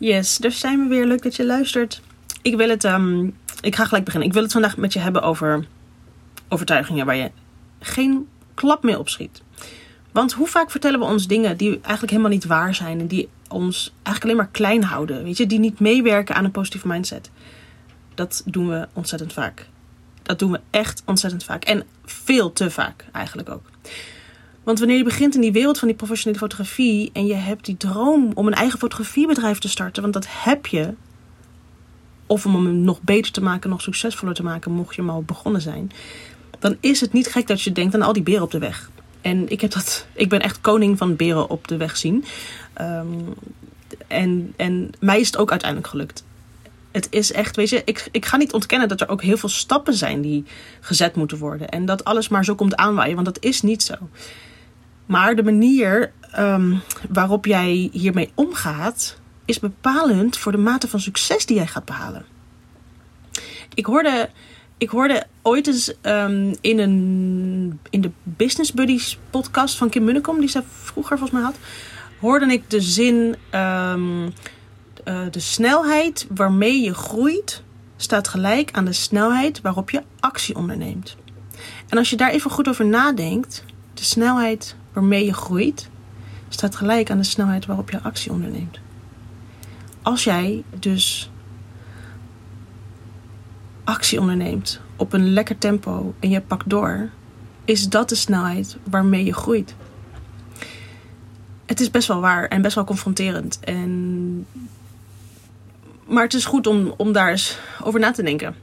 Yes, daar zijn we weer. Leuk dat je luistert. Ik ga gelijk beginnen. Ik wil het vandaag met je hebben over overtuigingen waar je geen klap mee opschiet. Want hoe vaak vertellen we ons dingen die eigenlijk helemaal niet waar zijn en die ons eigenlijk alleen maar klein houden, weet je, die niet meewerken aan een positieve mindset. Dat doen we ontzettend vaak. Dat doen we echt ontzettend vaak. En veel te vaak eigenlijk ook. Want wanneer je begint in die wereld van die professionele fotografie en je hebt die droom om een eigen fotografiebedrijf te starten, want dat heb je, of om hem nog beter te maken, nog succesvoller te maken, mocht je maar al begonnen zijn, dan is het niet gek dat je denkt aan al die beren op de weg. En ik ben echt koning van beren op de weg zien. En mij is het ook uiteindelijk gelukt. Het is echt, weet je, ik ga niet ontkennen dat er ook heel veel stappen zijn die gezet moeten worden. En dat alles maar zo komt aanwaaien, want dat is niet zo. Maar de manier waarop jij hiermee omgaat, is bepalend voor de mate van succes die jij gaat behalen. Ik hoorde ooit eens in de Business Buddies podcast van Kim Munnekom, die ze vroeger volgens mij had, hoorde ik de zin, de snelheid waarmee je groeit staat gelijk aan de snelheid waarop je actie onderneemt. En als je daar even goed over nadenkt, de snelheid waarmee je groeit staat gelijk aan de snelheid waarop je actie onderneemt. Als jij dus actie onderneemt op een lekker tempo en je pakt door, is dat de snelheid waarmee je groeit. Het is best wel waar en best wel confronterend. Maar het is goed om daar eens over na te denken.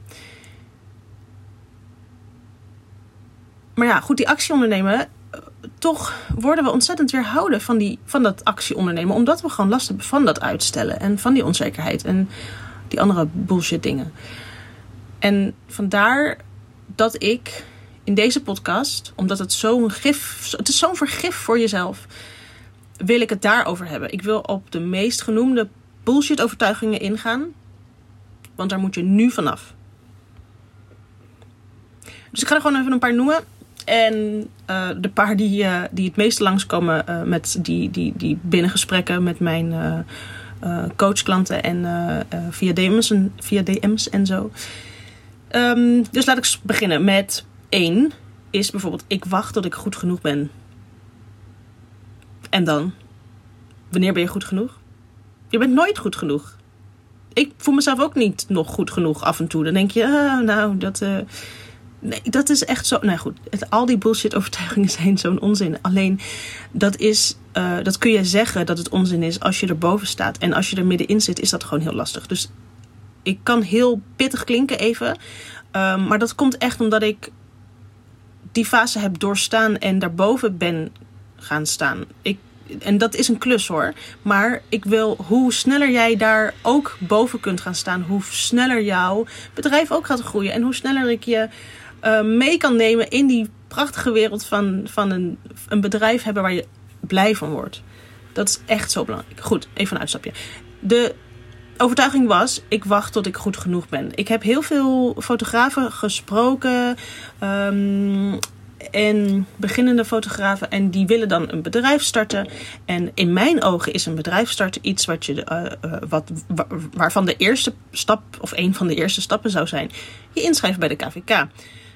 Maar ja, goed, die actie ondernemen, toch worden we ontzettend weerhouden van dat actie ondernemen. Omdat we gewoon last hebben van dat uitstellen en van die onzekerheid en die andere bullshit dingen. En vandaar dat ik in deze podcast, omdat het is zo'n vergif voor jezelf, wil ik het daarover hebben. Ik wil op de meest genoemde bullshit overtuigingen ingaan, want daar moet je nu vanaf. Dus ik ga er gewoon even een paar noemen. En de paar die het meeste langskomen met die binnengesprekken met mijn coachklanten en via DM's en zo. Dus laat ik beginnen met 1 is bijvoorbeeld: ik wacht tot ik goed genoeg ben. En dan? Wanneer ben je goed genoeg? Je bent nooit goed genoeg. Ik voel mezelf ook niet nog goed genoeg af en toe. Dan denk je, nee, dat is echt zo. Nou goed, al die bullshit overtuigingen zijn zo'n onzin. Alleen, dat kun je zeggen dat het onzin is als je erboven staat. En als je er middenin zit, is dat gewoon heel lastig. Dus ik kan heel pittig klinken even. Maar dat komt echt omdat ik die fase heb doorstaan en daarboven ben gaan staan. En dat is een klus hoor. Maar ik wil, hoe sneller jij daar ook boven kunt gaan staan, hoe sneller jouw bedrijf ook gaat groeien. En hoe sneller ik je mee kan nemen in die prachtige wereld van een bedrijf hebben waar je blij van wordt. Dat is echt zo belangrijk. Goed, even een uitstapje. De overtuiging was: ik wacht tot ik goed genoeg ben. Ik heb heel veel fotografen gesproken en beginnende fotografen, en die willen dan een bedrijf starten. En in mijn ogen is een bedrijf starten iets waarvan de eerste stap, of een van de eerste stappen zou zijn, je inschrijven bij de KVK.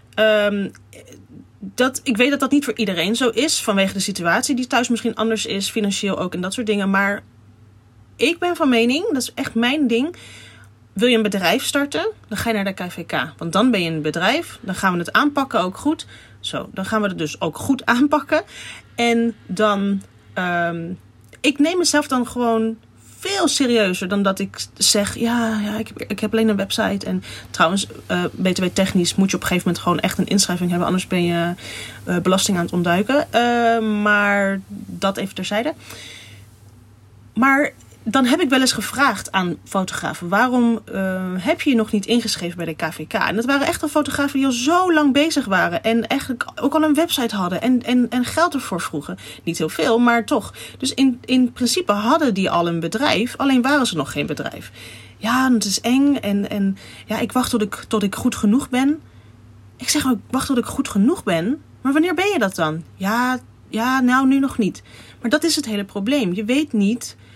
Ik weet dat dat niet voor iedereen zo is, vanwege de situatie die thuis misschien anders is, financieel ook en dat soort dingen. Maar ik ben van mening, dat is echt mijn ding. Wil je een bedrijf starten, dan ga je naar de KVK. Want dan ben je een bedrijf, dan gaan we het aanpakken ook goed. Zo, dan gaan we het dus ook goed aanpakken. En dan, ik neem mezelf dan gewoon veel serieuzer dan dat ik zeg, ja, ik heb alleen een website. En trouwens, BTW technisch moet je op een gegeven moment gewoon echt een inschrijving hebben. Anders ben je belasting aan het ontduiken. Maar dat even terzijde. Maar dan heb ik wel eens gevraagd aan fotografen: waarom heb je je nog niet ingeschreven bij de KVK? En dat waren echt al fotografen die al zo lang bezig waren. En eigenlijk ook al een website hadden. En geld ervoor vroegen. Niet heel veel, maar toch. Dus in principe hadden die al een bedrijf. Alleen waren ze nog geen bedrijf. Ja, het is eng. En ja, ik wacht tot ik goed genoeg ben. Ik zeg, ik wacht tot ik goed genoeg ben. Maar wanneer ben je dat dan? Ja, nou nu nog niet. Maar dat is het hele probleem. Je weet niet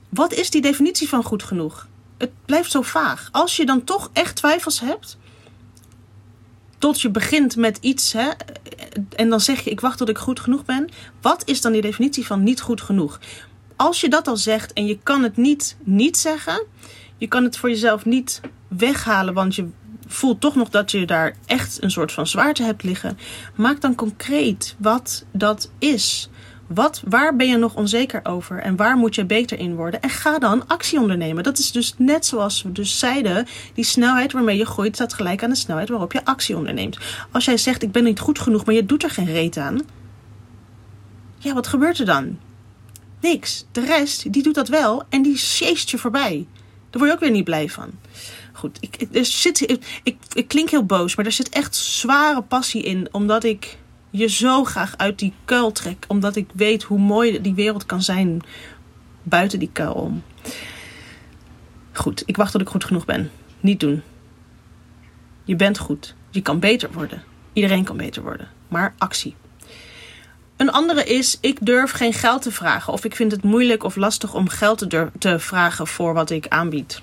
wat is die definitie van goed genoeg? Het blijft zo vaag. Als je dan toch echt twijfels hebt, tot je begint met iets, hè, en dan zeg je, ik wacht tot ik goed genoeg ben. Wat is dan die definitie van niet goed genoeg? Als je dat al zegt en je kan het niet zeggen, je kan het voor jezelf niet weghalen, want je voelt toch nog dat je daar echt een soort van zwaarte hebt liggen. Maak dan concreet wat dat is. Waar ben je nog onzeker over en waar moet je beter in worden? En ga dan actie ondernemen. Dat is dus net zoals we dus zeiden, die snelheid waarmee je groeit staat gelijk aan de snelheid waarop je actie onderneemt. Als jij zegt, ik ben niet goed genoeg, maar je doet er geen reet aan. Ja, wat gebeurt er dan? Niks. De rest, die doet dat wel en die sjeest je voorbij. Daar word je ook weer niet blij van. Goed, ik klink heel boos, maar er zit echt zware passie in, omdat ik je zo graag uit die kuil trek. Omdat ik weet hoe mooi die wereld kan zijn buiten die kuil om. Goed, ik wacht tot ik goed genoeg ben. Niet doen. Je bent goed. Je kan beter worden. Iedereen kan beter worden. Maar actie. Een andere is, ik durf geen geld te vragen. Of ik vind het moeilijk of lastig om geld te vragen voor wat ik aanbied.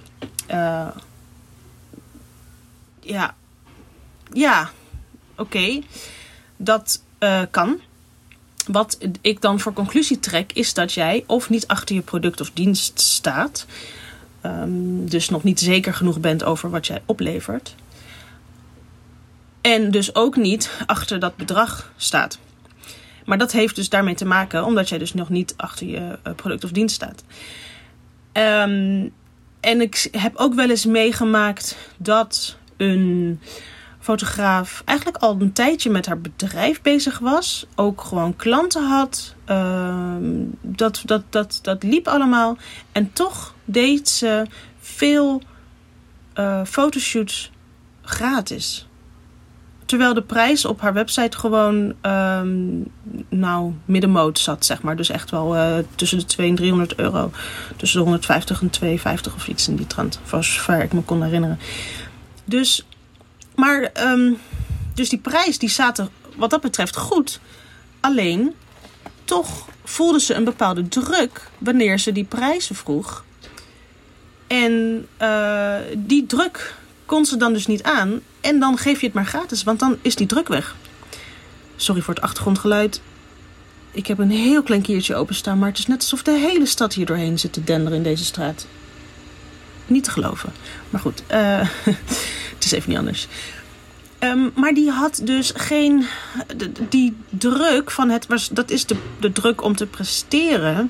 Ja, oké. Dat kan. Wat ik dan voor conclusie trek, is dat jij of niet achter je product of dienst staat. Dus nog niet zeker genoeg bent over wat jij oplevert. En dus ook niet achter dat bedrag staat. Maar dat heeft dus daarmee te maken, omdat jij dus nog niet achter je product of dienst staat. En ik heb ook wel eens meegemaakt dat een fotograaf eigenlijk al een tijdje met haar bedrijf bezig was. Ook gewoon klanten had. Dat liep allemaal. En toch deed ze veel fotoshoots gratis. Terwijl de prijs op haar website gewoon middenmoot zat, zeg maar. Dus echt wel tussen de 200 en 300 euro. Tussen de 150 en 250 of iets in die trant. Voor zover ik me kon herinneren. Dus die prijs die zaten wat dat betreft goed. Alleen, toch voelde ze een bepaalde druk wanneer ze die prijzen vroeg. En die druk kon ze dan dus niet aan. En dan geef je het maar gratis, want dan is die druk weg. Sorry voor het achtergrondgeluid. Ik heb een heel klein kiertje openstaan, maar het is net alsof de hele stad hier doorheen zit te denderen in deze straat. Niet te geloven. Maar goed, het is even niet anders. Maar die had dus geen... Die druk van dat is de druk om te presteren.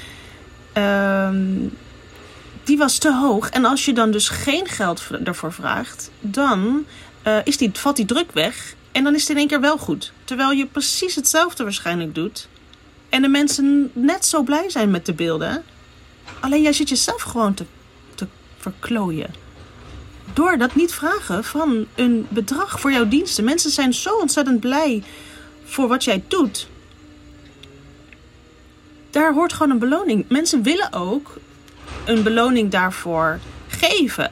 Die was te hoog. En als je dan dus geen geld ervoor vraagt, dan valt die druk weg. En dan is het in één keer wel goed. Terwijl je precies hetzelfde waarschijnlijk doet. En de mensen net zo blij zijn met de beelden. Alleen jij zit jezelf gewoon te verklooien. Door dat niet vragen van een bedrag voor jouw diensten. Mensen zijn zo ontzettend blij voor wat jij doet. Daar hoort gewoon een beloning. Mensen willen ook een beloning daarvoor geven.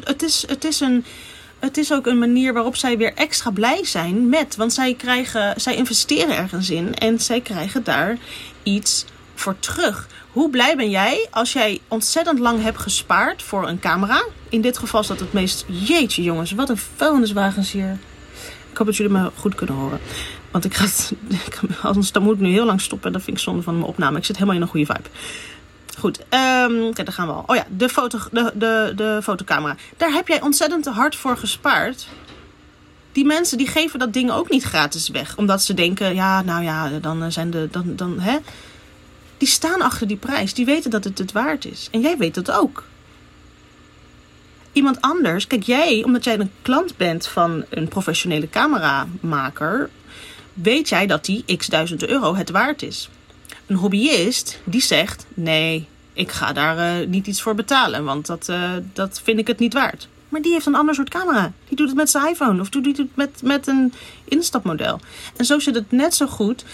Het is ook een manier waarop zij weer extra blij zijn met. Want zij investeren ergens in en zij krijgen daar iets voor terug. Hoe blij ben jij als jij ontzettend lang hebt gespaard voor een camera? In dit geval is dat het meest... Jeetje jongens, wat een vuilniswagens hier. Ik hoop dat jullie me goed kunnen horen. Want anders dan moet ik nu heel lang stoppen. En dat vind ik zonde van mijn opname. Ik zit helemaal in een goede vibe. Goed, kijk, daar gaan we al. Oh ja, de fotocamera. Daar heb jij ontzettend hard voor gespaard. Die mensen die geven dat ding ook niet gratis weg. Omdat ze denken, dan zijn hè. Die staan achter die prijs. Die weten dat het het waard is. En jij weet dat ook. Iemand anders, kijk jij, omdat jij een klant bent van een professionele cameramaker, weet jij dat die x duizend euro het waard is. Een hobbyist die zegt, nee, ik ga daar niet iets voor betalen, want dat vind ik het niet waard. Maar die heeft een ander soort camera. Die doet het met zijn iPhone of die doet het met een instapmodel. En zo zit het net zo goed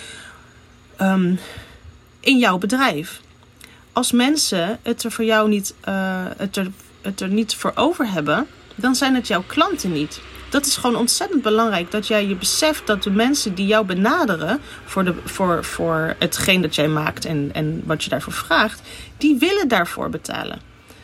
in jouw bedrijf. Als mensen het er voor jou niet, het er niet voor over hebben, dan zijn het jouw klanten niet. Dat is gewoon ontzettend belangrijk. Dat jij je beseft dat de mensen die jou benaderen voor hetgeen dat jij maakt en wat je daarvoor vraagt, die willen daarvoor betalen.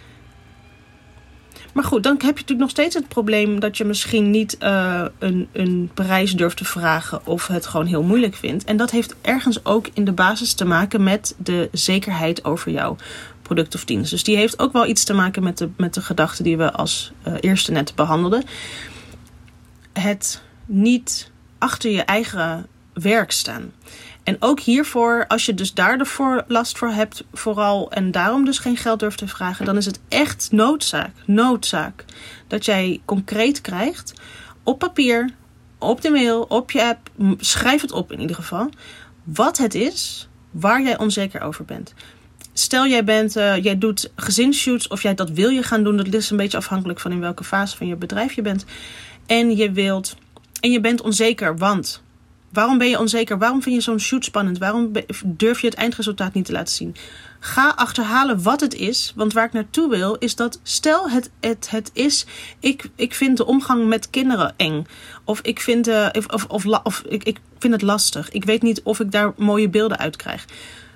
Maar goed, dan heb je natuurlijk nog steeds het probleem dat je misschien niet een prijs durft te vragen of het gewoon heel moeilijk vindt. En dat heeft ergens ook in de basis te maken met de zekerheid over jouw product of dienst. Dus die heeft ook wel iets te maken met de gedachten die we als eerste net behandelden. Het niet achter je eigen werk staan. En ook hiervoor, als je dus daar last voor hebt vooral en daarom dus geen geld durft te vragen, dan is het echt noodzaak dat jij concreet krijgt op papier, op de mail, op je app, schrijf het op in ieder geval, wat het is waar jij onzeker over bent. Stel jij doet gezinsshoots of jij dat wil je gaan doen, dat is een beetje afhankelijk van in welke fase van je bedrijf je bent. En je bent onzeker, want waarom ben je onzeker? Waarom vind je zo'n shoot spannend? Waarom durf je het eindresultaat niet te laten zien? Ga achterhalen wat het is. Want waar ik naartoe wil is dat stel het is, ik vind de omgang met kinderen eng. Of ik vind het lastig. Ik weet niet of ik daar mooie beelden uit krijg.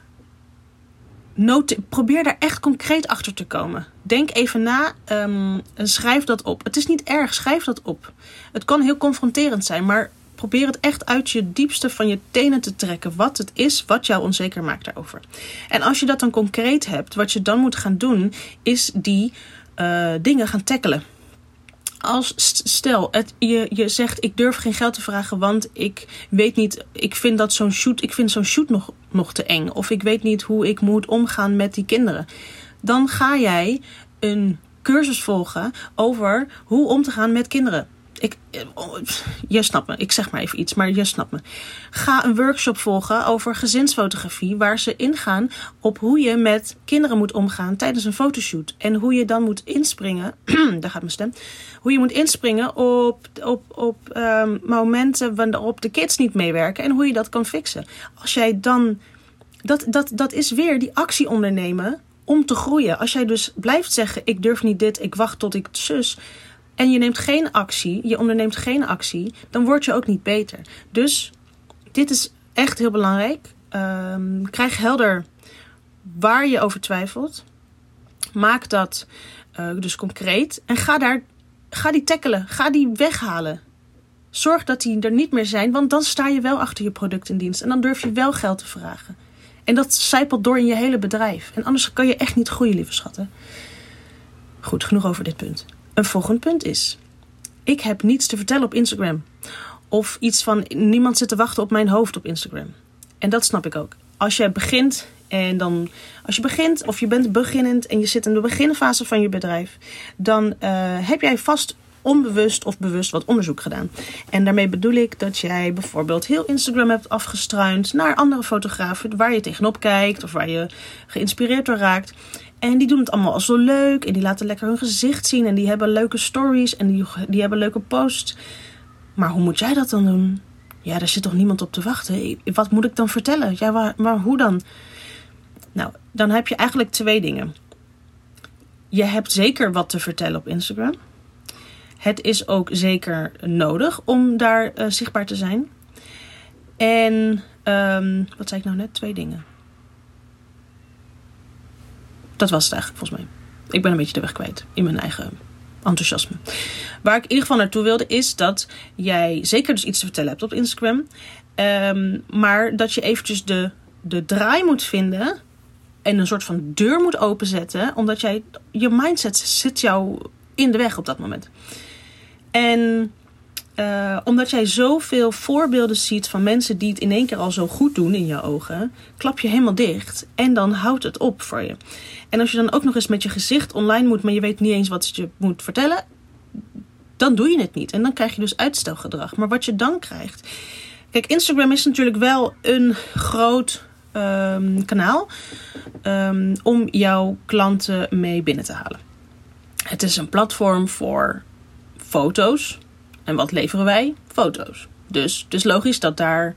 Probeer daar echt concreet achter te komen. Denk even na en schrijf dat op. Het is niet erg, schrijf dat op. Het kan heel confronterend zijn, maar probeer het echt uit je diepste van je tenen te trekken. Wat het is wat jou onzeker maakt daarover. En als je dat dan concreet hebt, wat je dan moet gaan doen, is die dingen gaan tackelen. Als stel, je zegt ik durf geen geld te vragen, want ik weet niet, ik vind zo'n shoot nog te eng. Of ik weet niet hoe ik moet omgaan met die kinderen. Dan ga jij een cursus volgen over hoe om te gaan met kinderen. Je snapt me, ik zeg maar even iets, maar je snapt me. Ga een workshop volgen over gezinsfotografie, waar ze ingaan op hoe je met kinderen moet omgaan tijdens een fotoshoot. En hoe je dan moet inspringen, daar gaat mijn stem, hoe je moet inspringen op momenten waarop de kids niet meewerken en hoe je dat kan fixen. Als jij dan, dat is weer die actie ondernemen om te groeien. Als jij dus blijft zeggen, ik durf niet dit, ik wacht tot ik zus, en je onderneemt geen actie, dan word je ook niet beter. Dus dit is echt heel belangrijk. Krijg helder waar je over twijfelt. Maak dat dus concreet. En ga die tackelen. Ga die weghalen. Zorg dat die er niet meer zijn, want dan sta je wel achter je product en dienst. En dan durf je wel geld te vragen. En dat zijpelt door in je hele bedrijf. En anders kan je echt niet groeien, lieve schatten. Goed, genoeg over dit punt. Een volgend punt is, ik heb niets te vertellen op Instagram. Of iets van, niemand zit te wachten op mijn hoofd op Instagram. En dat snap ik ook. Als je begint of je bent beginnend en je zit in de beginfase van je bedrijf, dan heb jij vast onbewust of bewust wat onderzoek gedaan. En daarmee bedoel ik dat jij bijvoorbeeld heel Instagram hebt afgestruind naar andere fotografen waar je tegenop kijkt of waar je geïnspireerd door raakt. En die doen het allemaal al zo leuk. En die laten lekker hun gezicht zien. En die hebben leuke stories. En die hebben leuke posts. Maar hoe moet jij dat dan doen? Ja, daar zit toch niemand op te wachten? Wat moet ik dan vertellen? Ja, maar hoe dan? Nou, dan heb je eigenlijk 2 dingen. Je hebt zeker wat te vertellen op Instagram. Het is ook zeker nodig om daar zichtbaar te zijn. En wat zei ik nou net? 2 dingen. Dat was het eigenlijk volgens mij. Ik ben een beetje de weg kwijt in mijn eigen enthousiasme. Waar ik in ieder geval naartoe wilde is dat jij zeker dus iets te vertellen hebt op Instagram. Maar dat je eventjes de draai moet vinden en een soort van deur moet openzetten. Omdat je mindset zit jou in de weg op dat moment. En omdat jij zoveel voorbeelden ziet van mensen die het in één keer al zo goed doen in je ogen, klap je helemaal dicht en dan houdt het op voor je. En als je dan ook nog eens met je gezicht online moet, maar je weet niet eens wat je moet vertellen, dan doe je het niet. En dan krijg je dus uitstelgedrag. Maar wat je dan krijgt, kijk, Instagram is natuurlijk wel een groot kanaal om jouw klanten mee binnen te halen. Het is een platform voor foto's. En wat leveren wij? Foto's. Dus logisch dat daar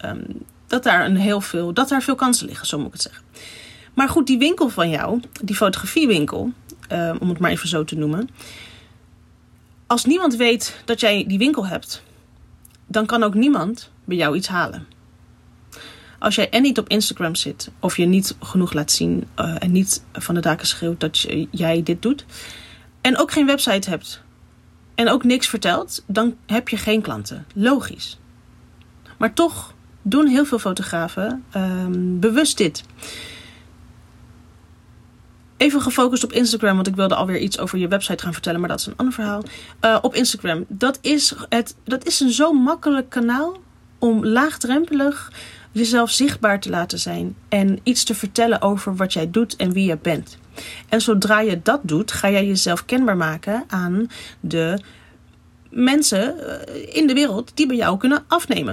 veel kansen liggen, zo moet ik het zeggen. Maar goed, die winkel van jou, die fotografiewinkel, om het maar even zo te noemen, Als niemand weet dat jij die winkel hebt, dan kan ook niemand bij jou iets halen. Als jij en niet op Instagram zit, of je niet genoeg laat zien en niet van de daken schreeuwt dat jij dit doet, en ook geen website hebt en ook niks vertelt, dan heb je geen klanten. Logisch. Maar toch doen heel veel fotografen bewust dit. Even gefocust op Instagram, want ik wilde alweer iets over je website gaan vertellen, maar dat is een ander verhaal. Op Instagram, dat is een zo makkelijk kanaal om laagdrempelig jezelf zichtbaar te laten zijn en iets te vertellen over wat jij doet en wie je bent. En zodra je dat doet, ga jij jezelf kenbaar maken aan de mensen in de wereld die bij jou kunnen afnemen.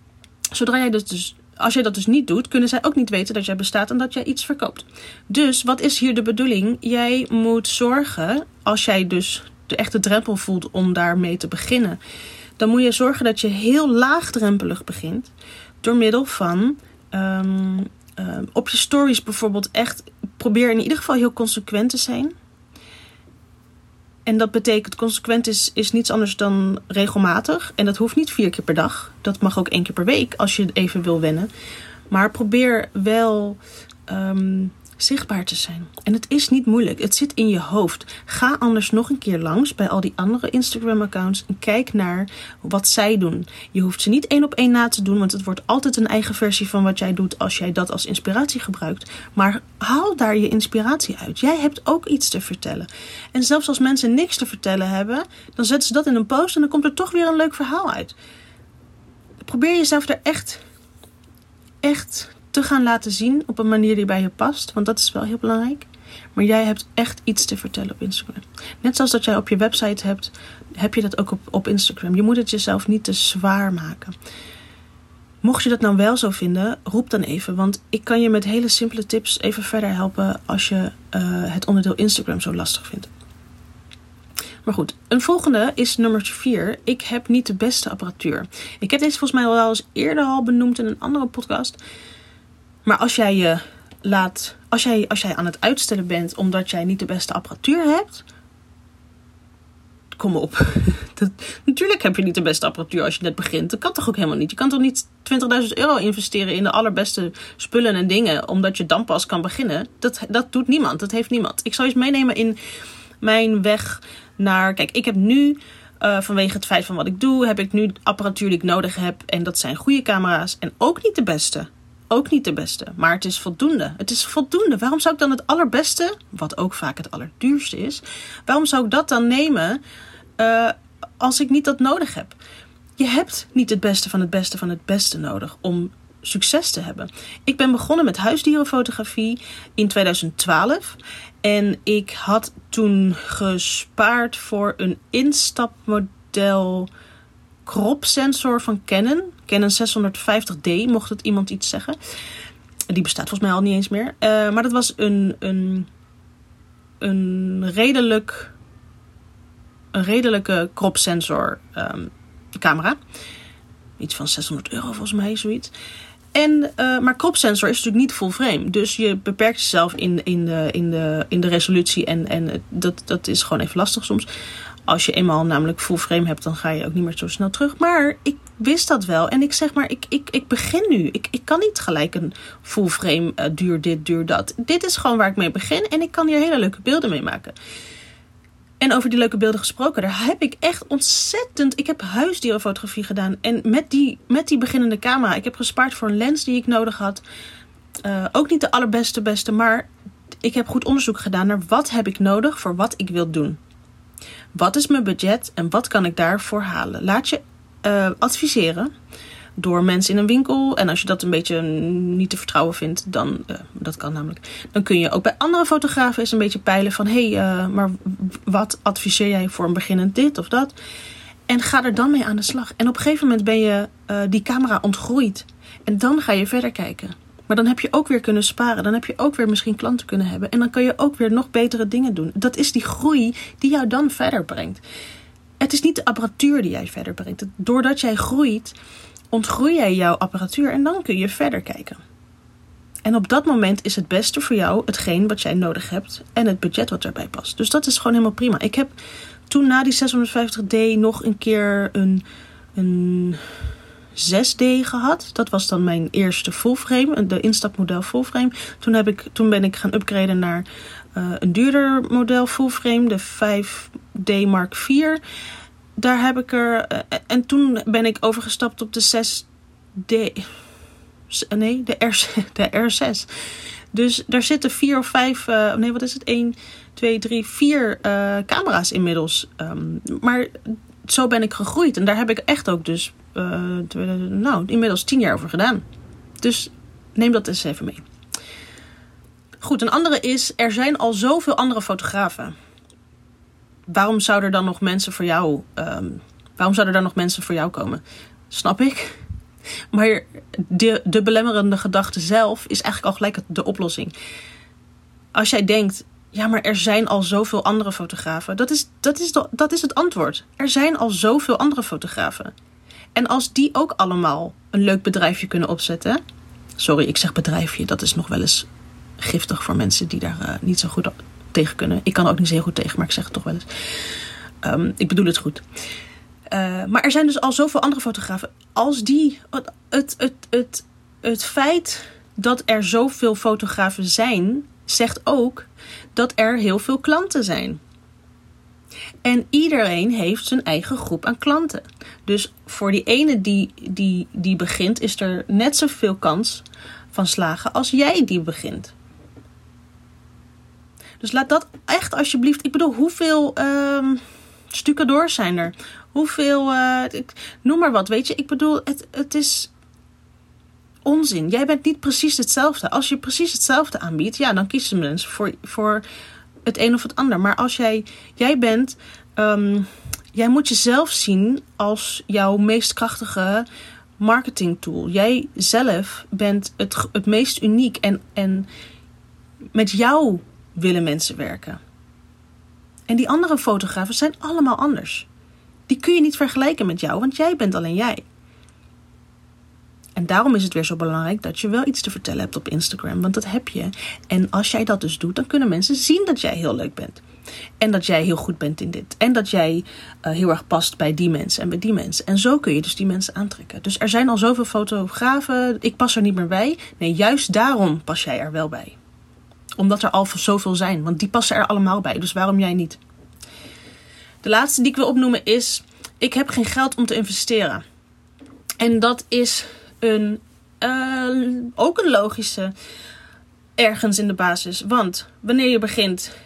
Als jij dat dus niet doet, kunnen zij ook niet weten dat jij bestaat en dat jij iets verkoopt. Dus wat is hier de bedoeling? Jij moet zorgen, als jij dus de echte drempel voelt om daarmee te beginnen, dan moet je zorgen dat je heel laagdrempelig begint. Door middel van op je stories bijvoorbeeld echt probeer in ieder geval heel consequent te zijn. En dat betekent consequent is niets anders dan regelmatig. En dat hoeft niet 4 keer per dag. Dat mag ook 1 keer per week als je even wil wennen. Maar probeer wel zichtbaar te zijn. En het is niet moeilijk. Het zit in je hoofd. Ga anders nog een keer langs bij al die andere Instagram-accounts en kijk naar wat zij doen. Je hoeft ze niet 1 op 1 na te doen, want het wordt altijd een eigen versie van wat jij doet als jij dat als inspiratie gebruikt. Maar haal daar je inspiratie uit. Jij hebt ook iets te vertellen. En zelfs als mensen niks te vertellen hebben, dan zetten ze dat in een post en dan komt er toch weer een leuk verhaal uit. Probeer jezelf er echt te gaan laten zien op een manier die bij je past. Want dat is wel heel belangrijk. Maar jij hebt echt iets te vertellen op Instagram. Net zoals dat jij op je website hebt, heb je dat ook op Instagram. Je moet het jezelf niet te zwaar maken. Mocht je dat nou wel zo vinden, roep dan even. Want ik kan je met hele simpele tips even verder helpen als je het onderdeel Instagram zo lastig vindt. Maar goed, een volgende is nummer 4. Ik heb niet de beste apparatuur. Ik heb deze volgens mij wel eens eerder al benoemd in een andere podcast. Maar als jij aan het uitstellen bent omdat jij niet de beste apparatuur hebt, kom op. Natuurlijk heb je niet de beste apparatuur als je net begint. Dat kan toch ook helemaal niet. Je kan toch niet €20.000 investeren in de allerbeste spullen en dingen omdat je dan pas kan beginnen. Dat doet niemand. Dat heeft niemand. Ik zal je eens meenemen in mijn weg naar. Kijk, ik heb nu vanwege het feit van wat ik doe, heb ik nu apparatuur die ik nodig heb. En dat zijn goede camera's en ook niet de beste. Ook niet de beste, maar het is voldoende. Het is voldoende. Waarom zou ik dan het allerbeste, wat ook vaak het allerduurste is, waarom zou ik dat dan nemen als ik niet dat nodig heb? Je hebt niet het beste van het beste van het beste nodig om succes te hebben. Ik ben begonnen met huisdierenfotografie in 2012. En ik had toen gespaard voor een instapmodel crop sensor van Canon 650D, mocht het iemand iets zeggen. Die bestaat volgens mij al niet eens meer. Maar dat was een redelijke crop sensor camera. Iets van €600 volgens mij, zoiets. Maar crop sensor is natuurlijk niet full frame. Dus je beperkt jezelf in de resolutie. En dat is gewoon even lastig soms. Als je eenmaal namelijk full frame hebt, dan ga je ook niet meer zo snel terug. Maar ik wist dat wel. En ik zeg maar, ik begin nu. Ik kan niet gelijk een full frame duur dit, duur dat. Dit is gewoon waar ik mee begin. En ik kan hier hele leuke beelden mee maken. En over die leuke beelden gesproken, daar heb ik echt ontzettend. Ik heb huisdierenfotografie gedaan. En met die beginnende camera. Ik heb gespaard voor een lens die ik nodig had. Ook niet de allerbeste, maar ik heb goed onderzoek gedaan naar wat heb ik nodig voor wat ik wil doen. Wat is mijn budget en wat kan ik daarvoor halen? Laat je adviseren door mensen in een winkel. En als je dat een beetje niet te vertrouwen vindt, dan dat kan namelijk. Dan kun je ook bij andere fotografen eens een beetje peilen van maar wat adviseer jij voor een beginnend dit of dat? En ga er dan mee aan de slag. En op een gegeven moment ben je die camera ontgroeid. En dan ga je verder kijken. Maar dan heb je ook weer kunnen sparen. Dan heb je ook weer misschien klanten kunnen hebben. En dan kan je ook weer nog betere dingen doen. Dat is die groei die jou dan verder brengt. Het is niet de apparatuur die jij verder brengt. Doordat jij groeit, ontgroei jij jouw apparatuur. En dan kun je verder kijken. En op dat moment is het beste voor jou hetgeen wat jij nodig hebt. En het budget wat erbij past. Dus dat is gewoon helemaal prima. Ik heb toen na die 650D nog een keer een 6D gehad. Dat was dan mijn eerste fullframe, de instapmodel fullframe. Toen ben ik gaan upgraden naar een duurder model fullframe, de 5D Mark IV. Daar heb ik en toen ben ik overgestapt op de 6D. Nee, de R6. Dus daar zitten 4 of 5... wat is het? 1, 2, 3, 4 camera's inmiddels. Maar zo ben ik gegroeid. En daar heb ik echt ook dus inmiddels 10 jaar over gedaan. Dus neem dat eens even mee. Goed, een andere is... Er zijn al zoveel andere fotografen. Waarom zouden er dan nog mensen voor jou komen? Snap ik. Maar de belemmerende gedachte zelf is eigenlijk al gelijk de oplossing. Als jij denkt, ja, maar er zijn al zoveel andere fotografen. Dat is het antwoord. Er zijn al zoveel andere fotografen. En als die ook allemaal een leuk bedrijfje kunnen opzetten. Sorry, ik zeg bedrijfje. Dat is nog wel eens giftig voor mensen die daar niet zo goed tegen kunnen. Ik kan er ook niet zo heel goed tegen, maar ik zeg het toch wel eens. Ik bedoel het goed. Maar er zijn dus al zoveel andere fotografen. Als die... Het feit dat er zoveel fotografen zijn... zegt ook dat er heel veel klanten zijn. En iedereen heeft zijn eigen groep aan klanten. Dus voor die ene die begint... is er net zoveel kans van slagen als jij die begint. Dus laat dat echt alsjeblieft... Ik bedoel, hoeveel stucadoors zijn er? Hoeveel... noem maar wat, weet je. Ik bedoel, het is onzin. Jij bent niet precies hetzelfde. Als je precies hetzelfde aanbiedt... ja, dan kiezen mensen voor het een of het ander. Maar als jij bent... jij moet jezelf zien als jouw meest krachtige marketingtool. Jij zelf bent het meest uniek. En met jou willen mensen werken. En die andere fotografen zijn allemaal anders. Die kun je niet vergelijken met jou, want jij bent alleen jij. En daarom is het weer zo belangrijk dat je wel iets te vertellen hebt op Instagram. Want dat heb je. En als jij dat dus doet, dan kunnen mensen zien dat jij heel leuk bent. En dat jij heel goed bent in dit. En dat jij heel erg past bij die mensen en bij die mensen. En zo kun je dus die mensen aantrekken. Dus er zijn al zoveel fotografen. Ik pas er niet meer bij. Nee, juist daarom pas jij er wel bij. Omdat er al zoveel zijn. Want die passen er allemaal bij. Dus waarom jij niet? De laatste die ik wil opnoemen is... Ik heb geen geld om te investeren. En dat is ook een logische... ergens in de basis. Want wanneer je begint...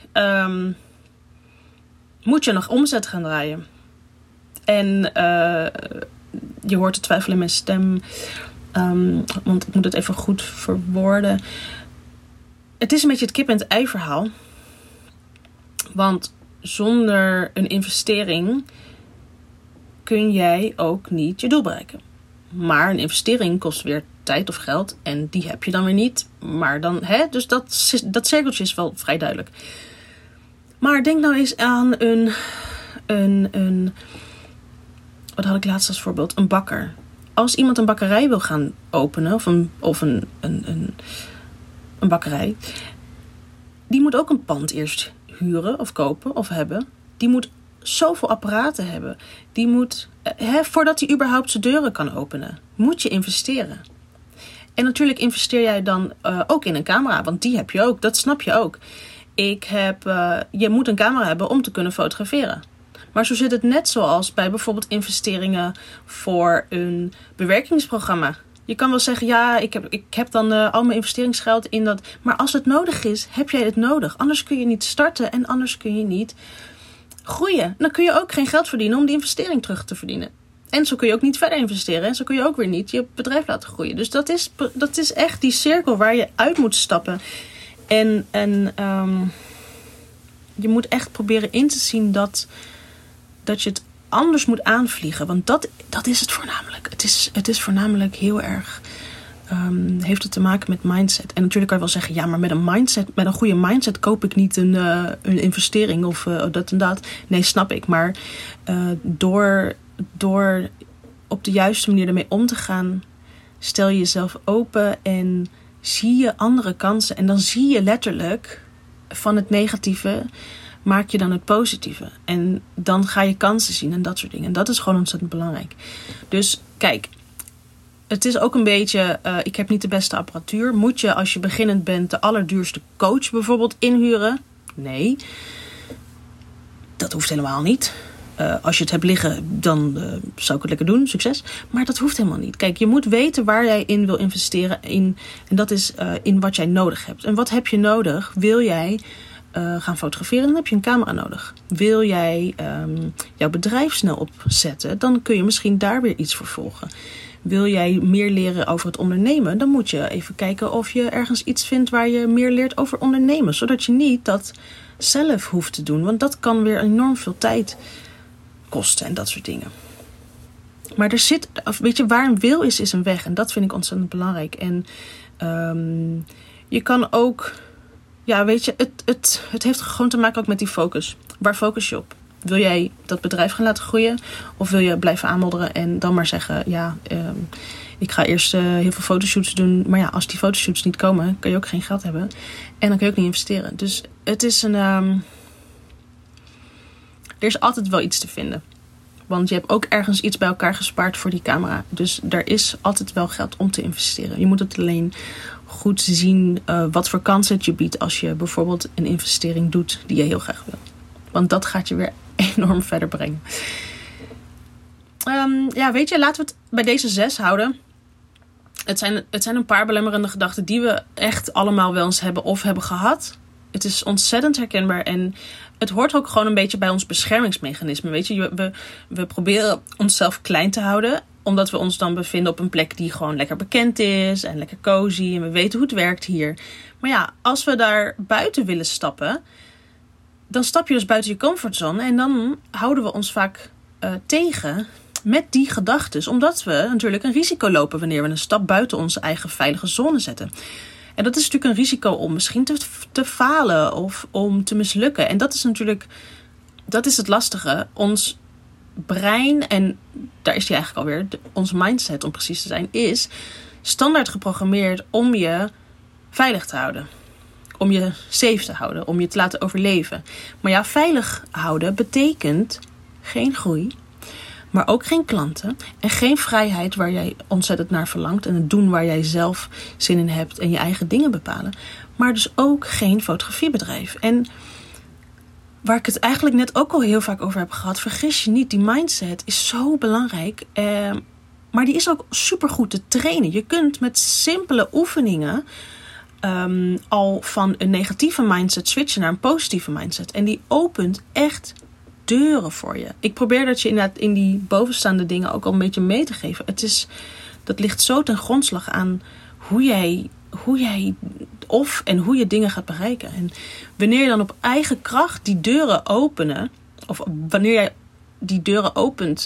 moet je nog omzet gaan draaien. En je hoort de twijfel in mijn stem. Want ik moet het even goed verwoorden. Het is een beetje het kip en het ei verhaal. Want zonder een investering kun jij ook niet je doel bereiken. Maar een investering kost weer tijd of geld. En die heb je dan weer niet. Maar dan, dus dat cirkeltje is wel vrij duidelijk. Maar denk nou eens aan een wat had ik laatst als voorbeeld? Een bakker. Als iemand een bakkerij wil gaan openen, of een bakkerij, die moet ook een pand eerst huren of kopen of hebben. Die moet zoveel apparaten hebben. Die moet, voordat hij überhaupt zijn deuren kan openen, moet je investeren. En natuurlijk investeer jij dan ook in een camera, want die heb je ook. Dat snap je ook. Je moet een camera hebben om te kunnen fotograferen. Maar zo zit het net zoals bij bijvoorbeeld investeringen voor een bewerkingsprogramma. Je kan wel zeggen, ja, ik heb dan al mijn investeringsgeld in dat. Maar als het nodig is, heb jij het nodig. Anders kun je niet starten en anders kun je niet groeien. Dan kun je ook geen geld verdienen om die investering terug te verdienen. En zo kun je ook niet verder investeren. En zo kun je ook weer niet je bedrijf laten groeien. Dus dat is echt die cirkel waar je uit moet stappen. En je moet echt proberen in te zien dat je het anders moet aanvliegen. Want dat is het voornamelijk. Het is voornamelijk heel erg... heeft het te maken met mindset. En natuurlijk kan je wel zeggen... ja, maar met een goede mindset koop ik niet een investering of dat en dat. Nee, snap ik. Maar door op de juiste manier ermee om te gaan... stel je jezelf open en zie je andere kansen. En dan zie je letterlijk van het negatieve... maak je dan het positieve. En dan ga je kansen zien en dat soort dingen. En dat is gewoon ontzettend belangrijk. Dus kijk, het is ook een beetje, ik heb niet de beste apparatuur. Moet je als je beginnend bent de allerduurste coach bijvoorbeeld inhuren? Nee, dat hoeft helemaal niet. Als je het hebt liggen, dan zou ik het lekker doen. Succes. Maar dat hoeft helemaal niet. Kijk, je moet weten waar jij in wil investeren. En dat is in wat jij nodig hebt. En wat heb je nodig? Wil jij gaan fotograferen? Dan heb je een camera nodig. Wil jij jouw bedrijf snel opzetten? Dan kun je misschien daar weer iets voor volgen. Wil jij meer leren over het ondernemen? Dan moet je even kijken of je ergens iets vindt waar je meer leert over ondernemen. Zodat je niet dat zelf hoeft te doen. Want dat kan weer enorm veel tijd kosten en dat soort dingen. Maar er zit, weet je, waar een wil is een weg. En dat vind ik ontzettend belangrijk. En je kan ook, ja, weet je, het heeft gewoon te maken ook met die focus. Waar focus je op? Wil jij dat bedrijf gaan laten groeien? Of wil je blijven aanmodderen en dan maar zeggen, ja, ik ga eerst heel veel fotoshoots doen. Maar ja, als die fotoshoots niet komen, kan je ook geen geld hebben. En dan kun je ook niet investeren. Dus het is er is altijd wel iets te vinden. Want je hebt ook ergens iets bij elkaar gespaard voor die camera. Dus er is altijd wel geld om te investeren. Je moet het alleen goed zien wat voor kansen het je biedt als je bijvoorbeeld een investering doet die je heel graag wil. Want dat gaat je weer enorm verder brengen. Ja, weet je, laten we het bij deze 6 houden. Het zijn een paar belemmerende gedachten die we echt allemaal wel eens hebben of hebben gehad. Het is ontzettend herkenbaar en het hoort ook gewoon een beetje bij ons beschermingsmechanisme. Weet je, we proberen onszelf klein te houden, omdat we ons dan bevinden op een plek die gewoon lekker bekend is en lekker cozy en we weten hoe het werkt hier. Maar ja, als we daar buiten willen stappen, dan stap je dus buiten je comfortzone en dan houden we ons vaak tegen met die gedachtes, omdat we natuurlijk een risico lopen wanneer we een stap buiten onze eigen veilige zone zetten. En dat is natuurlijk een risico om misschien te falen of om te mislukken. En dat is natuurlijk, dat is het lastige. Ons brein, en daar is die eigenlijk alweer, ons mindset om precies te zijn, is standaard geprogrammeerd om je veilig te houden. Om je safe te houden, om je te laten overleven. Maar ja, veilig houden betekent geen groei, maar ook geen klanten en geen vrijheid waar jij ontzettend naar verlangt en het doen waar jij zelf zin in hebt en je eigen dingen bepalen. Maar dus ook geen fotografiebedrijf. En waar ik het eigenlijk net ook al heel vaak over heb gehad, vergis je niet, die mindset is zo belangrijk. Maar die is ook supergoed te trainen. Je kunt met simpele oefeningen al van een negatieve mindset switchen naar een positieve mindset. En die opent echt deuren voor je. Ik probeer dat je inderdaad in die bovenstaande dingen ook al een beetje mee te geven. Dat ligt zo ten grondslag aan hoe jij hoe je dingen gaat bereiken. En wanneer je dan op eigen kracht die deuren openen, of wanneer jij die deuren opent,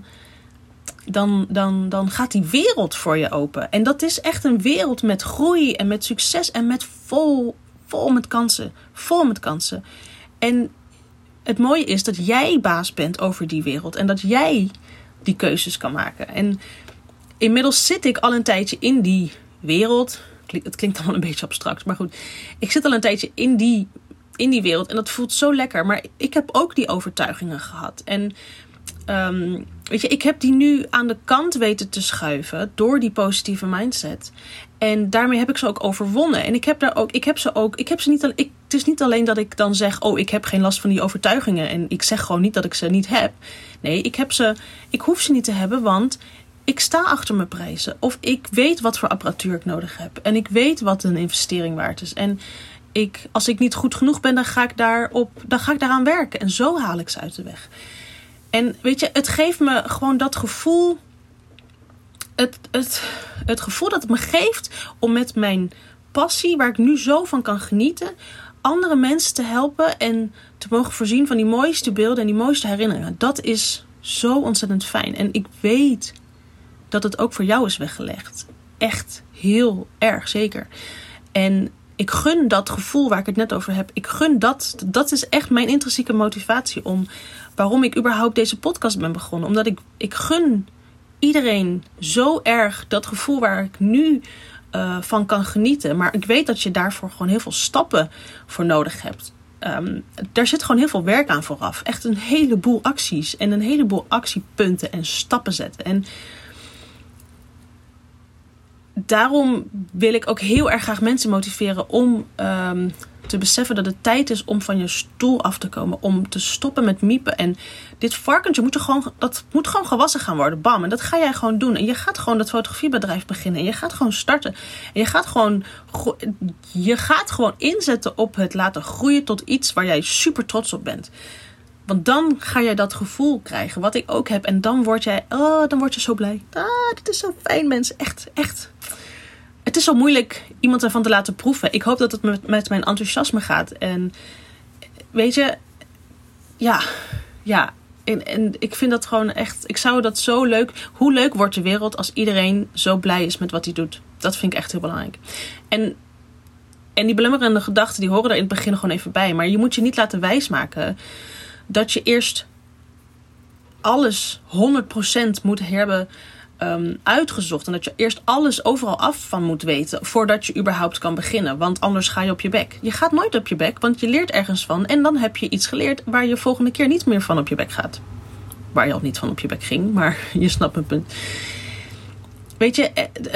dan gaat die wereld voor je open. En dat is echt een wereld met groei en met succes en met vol met kansen. Vol met kansen. En het mooie is dat jij baas bent over die wereld. En dat jij die keuzes kan maken. En inmiddels zit ik al een tijdje in die wereld. Het klinkt allemaal een beetje abstract. Maar goed, ik zit al een tijdje in die wereld. En dat voelt zo lekker. Maar ik heb ook die overtuigingen gehad. En weet je, ik heb die nu aan de kant weten te schuiven door die positieve mindset. En daarmee heb ik ze ook overwonnen. En het is niet alleen dat ik dan zeg, oh, ik heb geen last van die overtuigingen. En ik zeg gewoon niet dat ik ze niet heb. Nee, ik hoef ze niet te hebben, want ik sta achter mijn prijzen. Of ik weet wat voor apparatuur ik nodig heb. En ik weet wat een investering waard is. En als ik niet goed genoeg ben, dan ga ik daaraan werken. En zo haal ik ze uit de weg. En weet je, het geeft me gewoon dat gevoel. Het gevoel dat het me geeft om met mijn passie, waar ik nu zo van kan genieten, andere mensen te helpen en te mogen voorzien van die mooiste beelden en die mooiste herinneringen. Dat is zo ontzettend fijn. En ik weet dat het ook voor jou is weggelegd. Echt heel erg, zeker. En ik gun dat gevoel waar ik het net over heb. Ik gun dat. Dat is echt mijn intrinsieke motivatie waarom ik überhaupt deze podcast ben begonnen. Omdat ik gun iedereen zo erg dat gevoel waar ik nu van kan genieten. Maar ik weet dat je daarvoor gewoon heel veel stappen voor nodig hebt. daar zit gewoon heel veel werk aan vooraf. Echt een heleboel acties en een heleboel actiepunten en stappen zetten. En daarom wil ik ook heel erg graag mensen motiveren om te beseffen dat het tijd is om van je stoel af te komen. Om te stoppen met miepen. En dit varkentje moet gewoon gewassen gaan worden. Bam. En dat ga jij gewoon doen. En je gaat gewoon dat fotografiebedrijf beginnen. En je gaat gewoon starten. En je gaat gewoon inzetten op het laten groeien tot iets waar jij super trots op bent. Want dan ga jij dat gevoel krijgen. Wat ik ook heb. En dan word je zo blij. Dit is zo fijn, mensen. Echt. Het is zo moeilijk iemand ervan te laten proeven. Ik hoop dat het met mijn enthousiasme gaat. En weet je, ja. En ik vind dat gewoon echt, ik zou dat zo leuk. Hoe leuk wordt de wereld als iedereen zo blij is met wat hij doet? Dat vind ik echt heel belangrijk. En die belemmerende gedachten, die horen er in het begin gewoon even bij. Maar je moet je niet laten wijsmaken dat je eerst alles 100% moet hebben uitgezocht. En dat je eerst alles overal af van moet weten voordat je überhaupt kan beginnen. Want anders ga je op je bek. Je gaat nooit op je bek, want je leert ergens van. En dan heb je iets geleerd waar je volgende keer niet meer van op je bek gaat. Waar je al niet van op je bek ging, maar je snapt mijn punt. Weet je,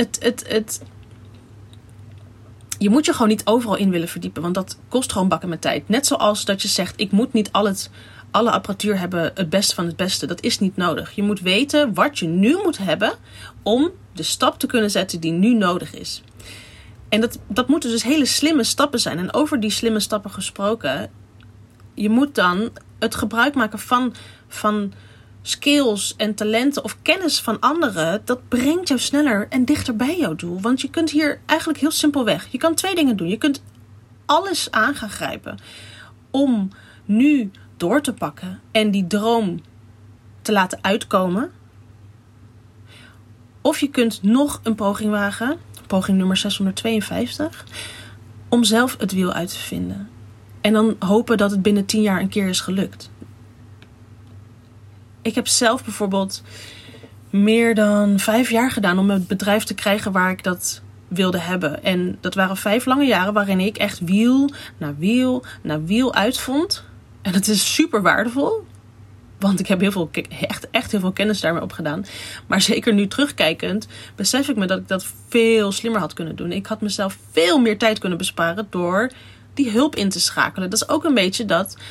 je moet je gewoon niet overal in willen verdiepen. Want dat kost gewoon bakken met tijd. Net zoals dat je zegt, ik moet niet alle apparatuur hebben, het beste van het beste. Dat is niet nodig. Je moet weten wat je nu moet hebben om de stap te kunnen zetten die nu nodig is. En dat moeten dus hele slimme stappen zijn. En over die slimme stappen gesproken, je moet dan het gebruik maken van skills en talenten of kennis van anderen. Dat brengt jou sneller en dichter bij jouw doel. Want je kunt hier eigenlijk heel simpelweg. Je kan 2 dingen doen. Je kunt alles aan gaan grijpen om nu door te pakken en die droom te laten uitkomen. Of je kunt nog een poging wagen, poging nummer 652, om zelf het wiel uit te vinden. En dan hopen dat het binnen 10 jaar een keer is gelukt. Ik heb zelf bijvoorbeeld meer dan 5 jaar gedaan om een bedrijf te krijgen waar ik dat wilde hebben. En dat waren 5 lange jaren waarin ik echt wiel na wiel na wiel uitvond. En dat is super waardevol. Want ik heb echt heel veel kennis daarmee opgedaan. Maar zeker nu terugkijkend besef ik me dat ik dat veel slimmer had kunnen doen. Ik had mezelf veel meer tijd kunnen besparen door die hulp in te schakelen. Dat is ook een beetje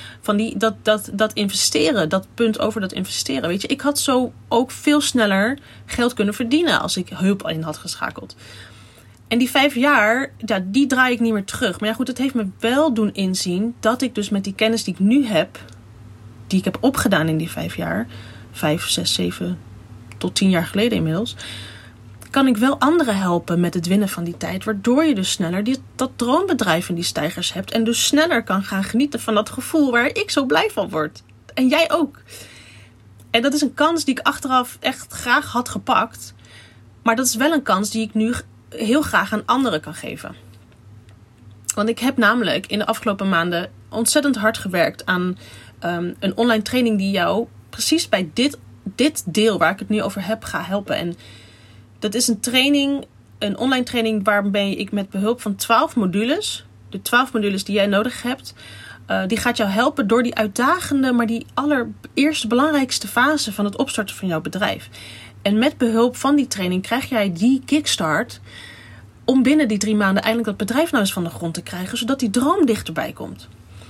dat investeren. Dat punt over dat investeren. Weet je, ik had zo ook veel sneller geld kunnen verdienen als ik hulp in had geschakeld. En die 5 jaar, die draai ik niet meer terug. Maar ja goed, het heeft me wel doen inzien dat ik dus met die kennis die ik nu heb, die ik heb opgedaan in die 5 jaar, 5, 6, 7 tot 10 jaar geleden inmiddels, kan ik wel anderen helpen met het winnen van die tijd. Waardoor je dus sneller dat droombedrijf in die stijgers hebt. En dus sneller kan gaan genieten van dat gevoel waar ik zo blij van word. En jij ook. En dat is een kans die ik achteraf echt graag had gepakt. Maar dat is wel een kans die ik nu heel graag aan anderen kan geven. Want ik heb namelijk in de afgelopen maanden ontzettend hard gewerkt aan een online training die jou precies bij dit deel waar ik het nu over heb ga helpen. En dat is een online training waarbij ik met behulp van 12 modules, de 12 modules die jij nodig hebt, die gaat jou helpen door die uitdagende, maar die allereerste belangrijkste fase van het opstarten van jouw bedrijf. En met behulp van die training krijg jij die kickstart om binnen die 3 maanden eindelijk dat bedrijf nou eens van de grond te krijgen, zodat die droom dichterbij komt.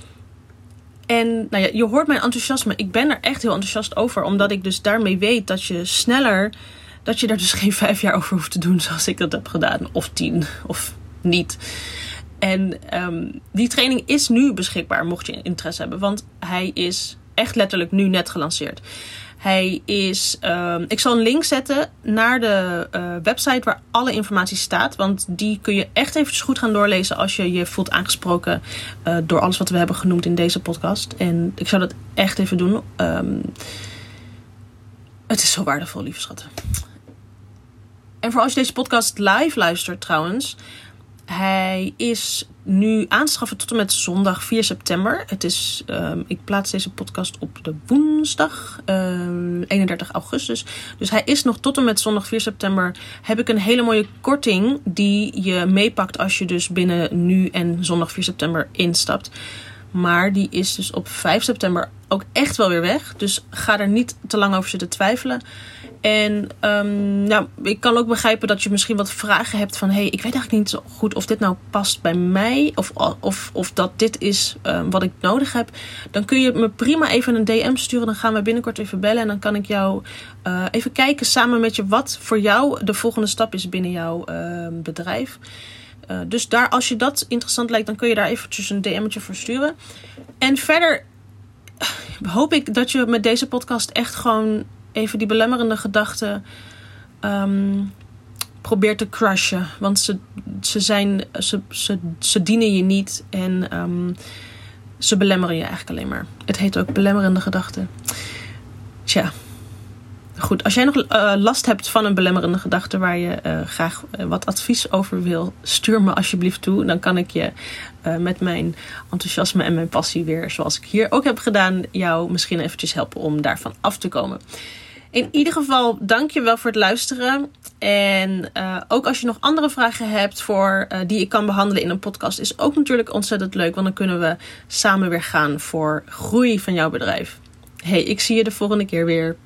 En nou ja, je hoort mijn enthousiasme. Ik ben er echt heel enthousiast over, omdat ik dus daarmee weet dat je daar dus geen 5 jaar over hoeft te doen zoals ik dat heb gedaan. Of 10, of niet. En die training is nu beschikbaar, mocht je interesse hebben. Want hij is echt letterlijk nu net gelanceerd. Hij is, ik zal een link zetten naar de website waar alle informatie staat. Want die kun je echt eventjes goed gaan doorlezen als je je voelt aangesproken door alles wat we hebben genoemd in deze podcast. En ik zou dat echt even doen. Het is zo waardevol, lieve schatten. En voor als je deze podcast live luistert trouwens. Hij is nu aan te schaffen tot en met zondag 4 september. Ik plaats deze podcast op de woensdag 31 augustus. Dus hij is nog tot en met zondag 4 september. Heb ik een hele mooie korting die je meepakt als je dus binnen nu en zondag 4 september instapt. Maar die is dus op 5 september ook echt wel weer weg. Dus ga er niet te lang over zitten twijfelen. En ik kan ook begrijpen dat je misschien wat vragen hebt van... ik weet eigenlijk niet zo goed of dit nou past bij mij. Of dat dit is wat ik nodig heb. Dan kun je me prima even een DM sturen. Dan gaan we binnenkort even bellen. En dan kan ik jou even kijken samen met je wat voor jou de volgende stap is binnen jouw bedrijf. Dus daar, als je dat interessant lijkt, dan kun je daar eventjes een DM'tje voor sturen. En verder hoop ik dat je met deze podcast echt gewoon even die belemmerende gedachten probeert te crushen. Want ze dienen je niet en ze belemmeren je eigenlijk alleen maar. Het heet ook belemmerende gedachten. Tja. Goed, als jij nog last hebt van een belemmerende gedachte waar je graag wat advies over wil, stuur me alsjeblieft toe. Dan kan ik je met mijn enthousiasme en mijn passie weer, zoals ik hier ook heb gedaan, jou misschien eventjes helpen om daarvan af te komen. In ieder geval, dank je wel voor het luisteren. En ook als je nog andere vragen hebt die ik kan behandelen in een podcast, is ook natuurlijk ontzettend leuk. Want dan kunnen we samen weer gaan voor groei van jouw bedrijf. Ik zie je de volgende keer weer.